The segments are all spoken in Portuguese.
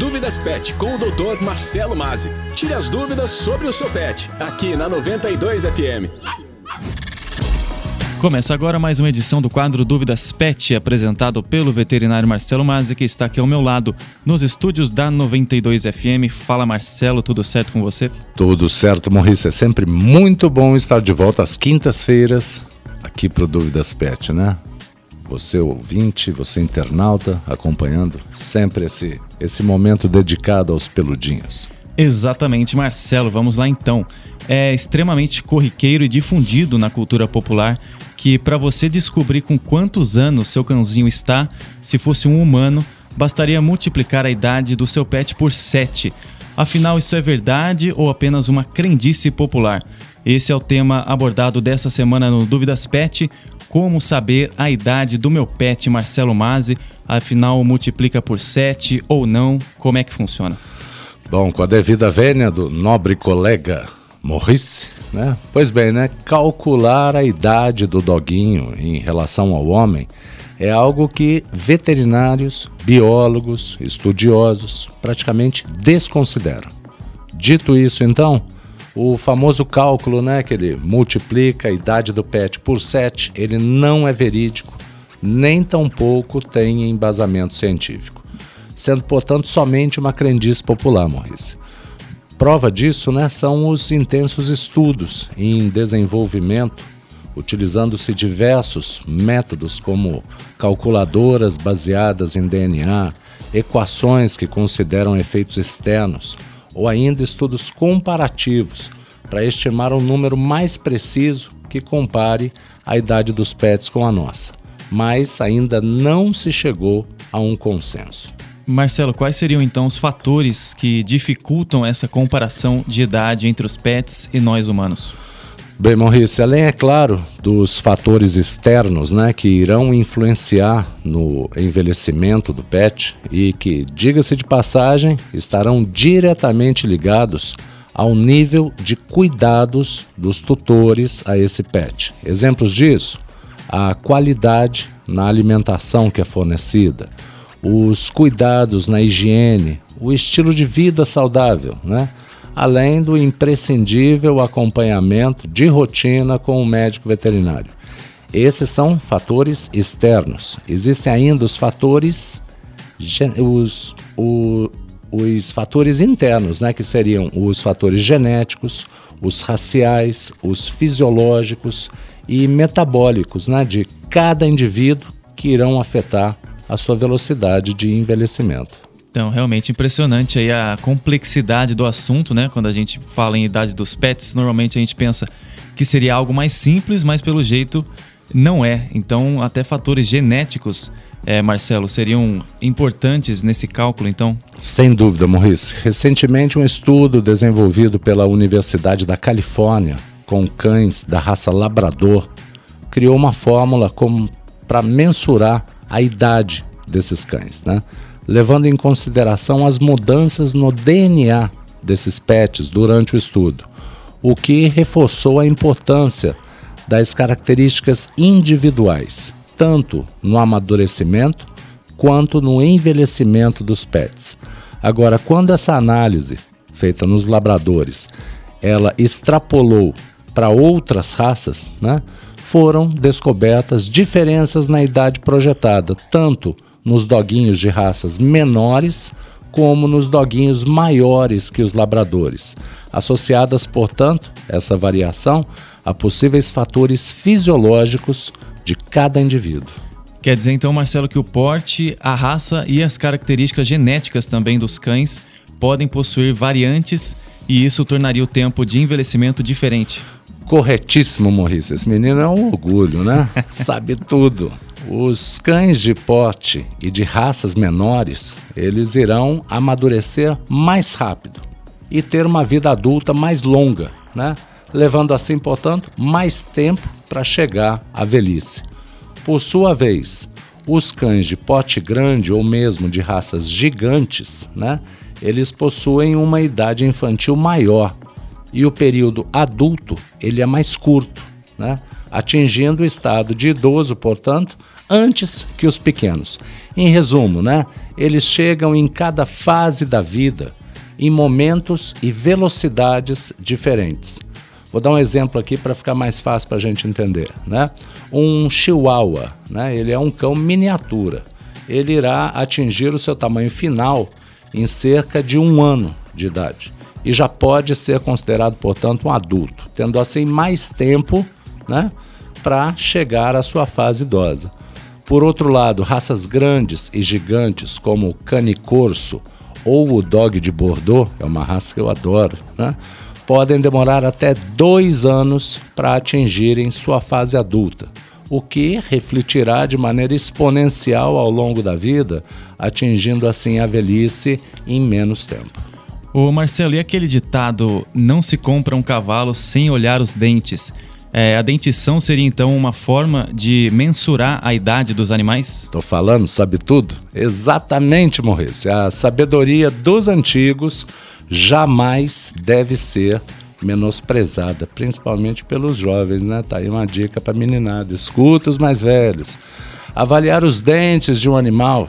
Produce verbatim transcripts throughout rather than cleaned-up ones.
Dúvidas Pet com o doutor Marcelo Mazzi. Tire as dúvidas sobre o seu pet, aqui na noventa e dois F M. Começa agora mais uma edição do quadro Dúvidas Pet, apresentado pelo veterinário Marcelo Mazzi, que está aqui ao meu lado, nos estúdios da noventa e dois F M. Fala, Marcelo, tudo certo com você? Tudo certo, Maurício. É sempre muito bom estar de volta às quintas-feiras aqui para o Dúvidas Pet, né? Você ouvinte, você internauta, acompanhando sempre esse, esse momento dedicado aos peludinhos. Exatamente, Marcelo. Vamos lá então. É extremamente corriqueiro e difundido na cultura popular que para você descobrir com quantos anos seu cãozinho está, se fosse um humano, bastaria multiplicar a idade do seu pet por sete. Afinal, isso é verdade ou apenas uma crendice popular? Esse é o tema abordado dessa semana no Dúvidas Pet. Como saber a idade do meu pet, Marcelo Mazzi? Afinal, multiplica por sete ou não? Como é que funciona? Bom, com a devida vênia do nobre colega Maurício, né? Pois bem, né? Calcular a idade do doguinho em relação ao homem é algo que veterinários, biólogos, estudiosos praticamente desconsideram. Dito isso, então, o famoso cálculo, né, que ele multiplica a idade do pet por sete, ele não é verídico, nem tampouco tem embasamento científico, sendo, portanto, somente uma crendice popular, Maurício. Prova disso, né, são os intensos estudos em desenvolvimento, utilizando-se diversos métodos como calculadoras baseadas em D N A, equações que consideram efeitos externos, ou ainda estudos comparativos para estimar um número mais preciso que compare a idade dos pets com a nossa. Mas ainda não se chegou a um consenso. Marcelo, quais seriam então os fatores que dificultam essa comparação de idade entre os pets e nós humanos? Bem, Maurício, além, é claro, dos fatores externos, né, que irão influenciar no envelhecimento do pet e que, diga-se de passagem, estarão diretamente ligados ao nível de cuidados dos tutores a esse pet. Exemplos disso, a qualidade na alimentação que é fornecida, os cuidados na higiene, o estilo de vida saudável, né? Além do imprescindível acompanhamento de rotina com o médico veterinário. Esses são fatores externos. Existem ainda os fatores, os, o, os fatores internos, né? Que seriam os fatores genéticos, os raciais, os fisiológicos e metabólicos, né? De cada indivíduo que irão afetar a sua velocidade de envelhecimento. Então, realmente impressionante aí a complexidade do assunto, né? Quando a gente fala em idade dos pets, normalmente a gente pensa que seria algo mais simples, mas pelo jeito não é. Então, até fatores genéticos, é, Marcelo, seriam importantes nesse cálculo, então? Sem dúvida, Maurício. Recentemente, um estudo desenvolvido pela Universidade da Califórnia com cães da raça Labrador criou uma fórmula para mensurar a idade desses cães, né? Levando em consideração as mudanças no D N A desses pets durante o estudo, o que reforçou a importância das características individuais, tanto no amadurecimento quanto no envelhecimento dos pets. Agora, quando essa análise, feita nos labradores, ela extrapolou para outras raças, né, foram descobertas diferenças na idade projetada, tanto nos doguinhos de raças menores, como nos doguinhos maiores que os labradores, associadas, portanto, essa variação a possíveis fatores fisiológicos de cada indivíduo. Quer dizer então, Marcelo, que o porte, a raça e as características genéticas também dos cães podem possuir variantes e isso tornaria o tempo de envelhecimento diferente. Corretíssimo, Maurício. Esse menino é um orgulho, né? Sabe tudo. Os cães de porte e de raças menores, eles irão amadurecer mais rápido e ter uma vida adulta mais longa, né? Levando assim, portanto, mais tempo para chegar à velhice. Por sua vez, os cães de porte grande ou mesmo de raças gigantes, né? Eles possuem uma idade infantil maior e o período adulto ele é mais curto, né? Atingindo o estado de idoso, portanto, antes que os pequenos. Em resumo, né? Eles chegam em cada fase da vida, em momentos e velocidades diferentes. Vou dar um exemplo aqui para ficar mais fácil para a gente entender, né? Um chihuahua, né? Ele é um cão miniatura. Ele irá atingir o seu tamanho final em cerca de um ano de idade e já pode ser considerado, portanto, um adulto, tendo assim mais tempo, né, para chegar à sua fase idosa. Por outro lado, raças grandes e gigantes como o cane corso ou o dog de Bordeaux, é uma raça que eu adoro, né, podem demorar até dois anos para atingirem sua fase adulta, o que refletirá de maneira exponencial ao longo da vida, atingindo assim a velhice em menos tempo. Ô Marcelo, e aquele ditado, não se compra um cavalo sem olhar os dentes? É, a dentição seria então uma forma de mensurar a idade dos animais? Tô falando, sabe tudo? Exatamente, Maurício. A sabedoria dos antigos jamais deve ser menosprezada, principalmente pelos jovens, né? Tá aí uma dica para meninada. Escuta os mais velhos. Avaliar os dentes de um animal,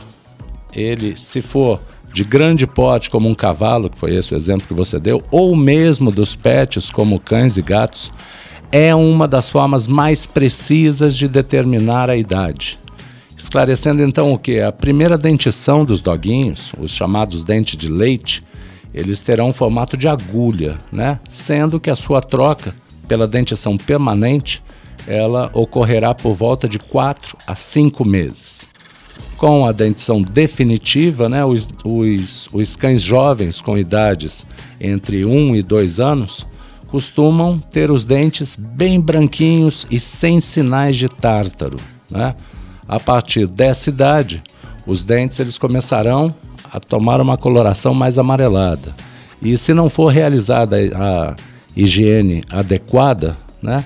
ele, se for de grande porte como um cavalo, que foi esse o exemplo que você deu, ou mesmo dos pets como cães e gatos, é uma das formas mais precisas de determinar a idade. Esclarecendo então o que? A primeira dentição dos doguinhos, os chamados dentes de leite, eles terão um formato de agulha, né? Sendo que a sua troca pela dentição permanente, ela ocorrerá por volta de quatro a cinco meses. Com a dentição definitiva, né, os, os, os cães jovens com idades entre um e dois anos costumam ter os dentes bem branquinhos e sem sinais de tártaro, né? A partir dessa idade, os dentes eles começarão a tomar uma coloração mais amarelada. E se não for realizada a higiene adequada, né,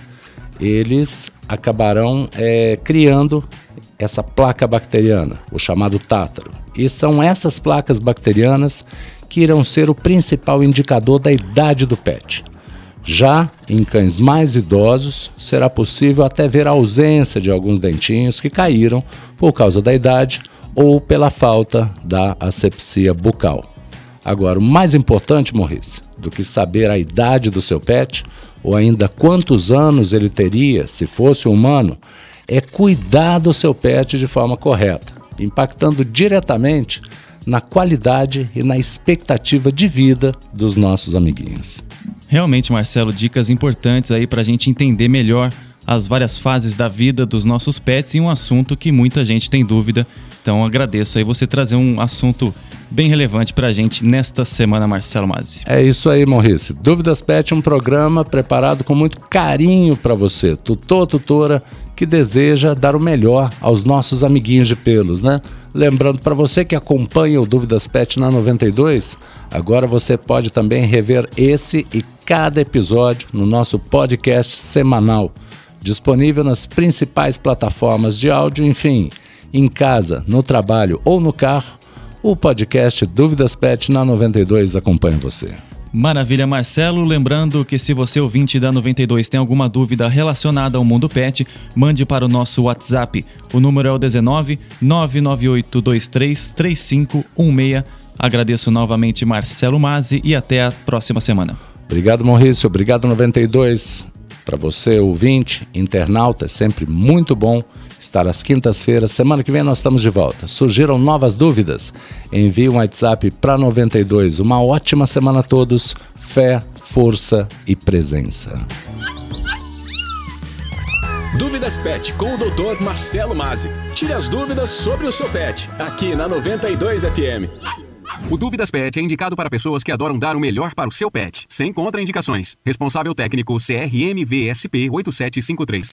eles acabarão é, criando essa placa bacteriana, o chamado tártaro. E são essas placas bacterianas que irão ser o principal indicador da idade do pet. Já em cães mais idosos, será possível até ver a ausência de alguns dentinhos que caíram por causa da idade ou pela falta da asepsia bucal. Agora, o mais importante, Maurício, do que saber a idade do seu pet, ou ainda quantos anos ele teria se fosse um humano, é cuidar do seu pet de forma correta, impactando diretamente na qualidade e na expectativa de vida dos nossos amiguinhos. Realmente, Marcelo, dicas importantes aí para a gente entender melhor as várias fases da vida dos nossos pets e um assunto que muita gente tem dúvida. Então agradeço aí você trazer um assunto bem relevante para a gente nesta semana, Marcelo Mazzi. É isso aí, Maurício. Dúvidas Pet é um programa preparado com muito carinho para você, tutor, tutora, que deseja dar o melhor aos nossos amiguinhos de pelos, né? Lembrando para você que acompanha o Dúvidas Pet na noventa e dois, agora você pode também rever esse e cada episódio no nosso podcast semanal, disponível nas principais plataformas de áudio, enfim, em casa, no trabalho ou no carro, o podcast Dúvidas Pet na noventa e dois acompanha você. Maravilha, Marcelo. Lembrando que se você ouvinte da noventa e dois tem alguma dúvida relacionada ao mundo pet, mande para o nosso WhatsApp. O número é o dezenove, nove nove oito dois três, três cinco um seis. Agradeço novamente Marcelo Mazzi e até a próxima semana. Obrigado, Maurício. Obrigado, noventa e dois. Para você, ouvinte, internauta, é sempre muito bom estar às quintas-feiras. Semana que vem nós estamos de volta. Surgiram novas dúvidas? Envie um WhatsApp para noventa e dois. Uma ótima semana a todos. Fé, força e presença. Dúvidas Pet com o doutor Marcelo Mazzi. Tire as dúvidas sobre o seu pet, aqui na noventa e dois F M. O Dúvidas Pet é indicado para pessoas que adoram dar o melhor para o seu pet, sem contraindicações. Responsável técnico C R M V S P oito sete cinco três.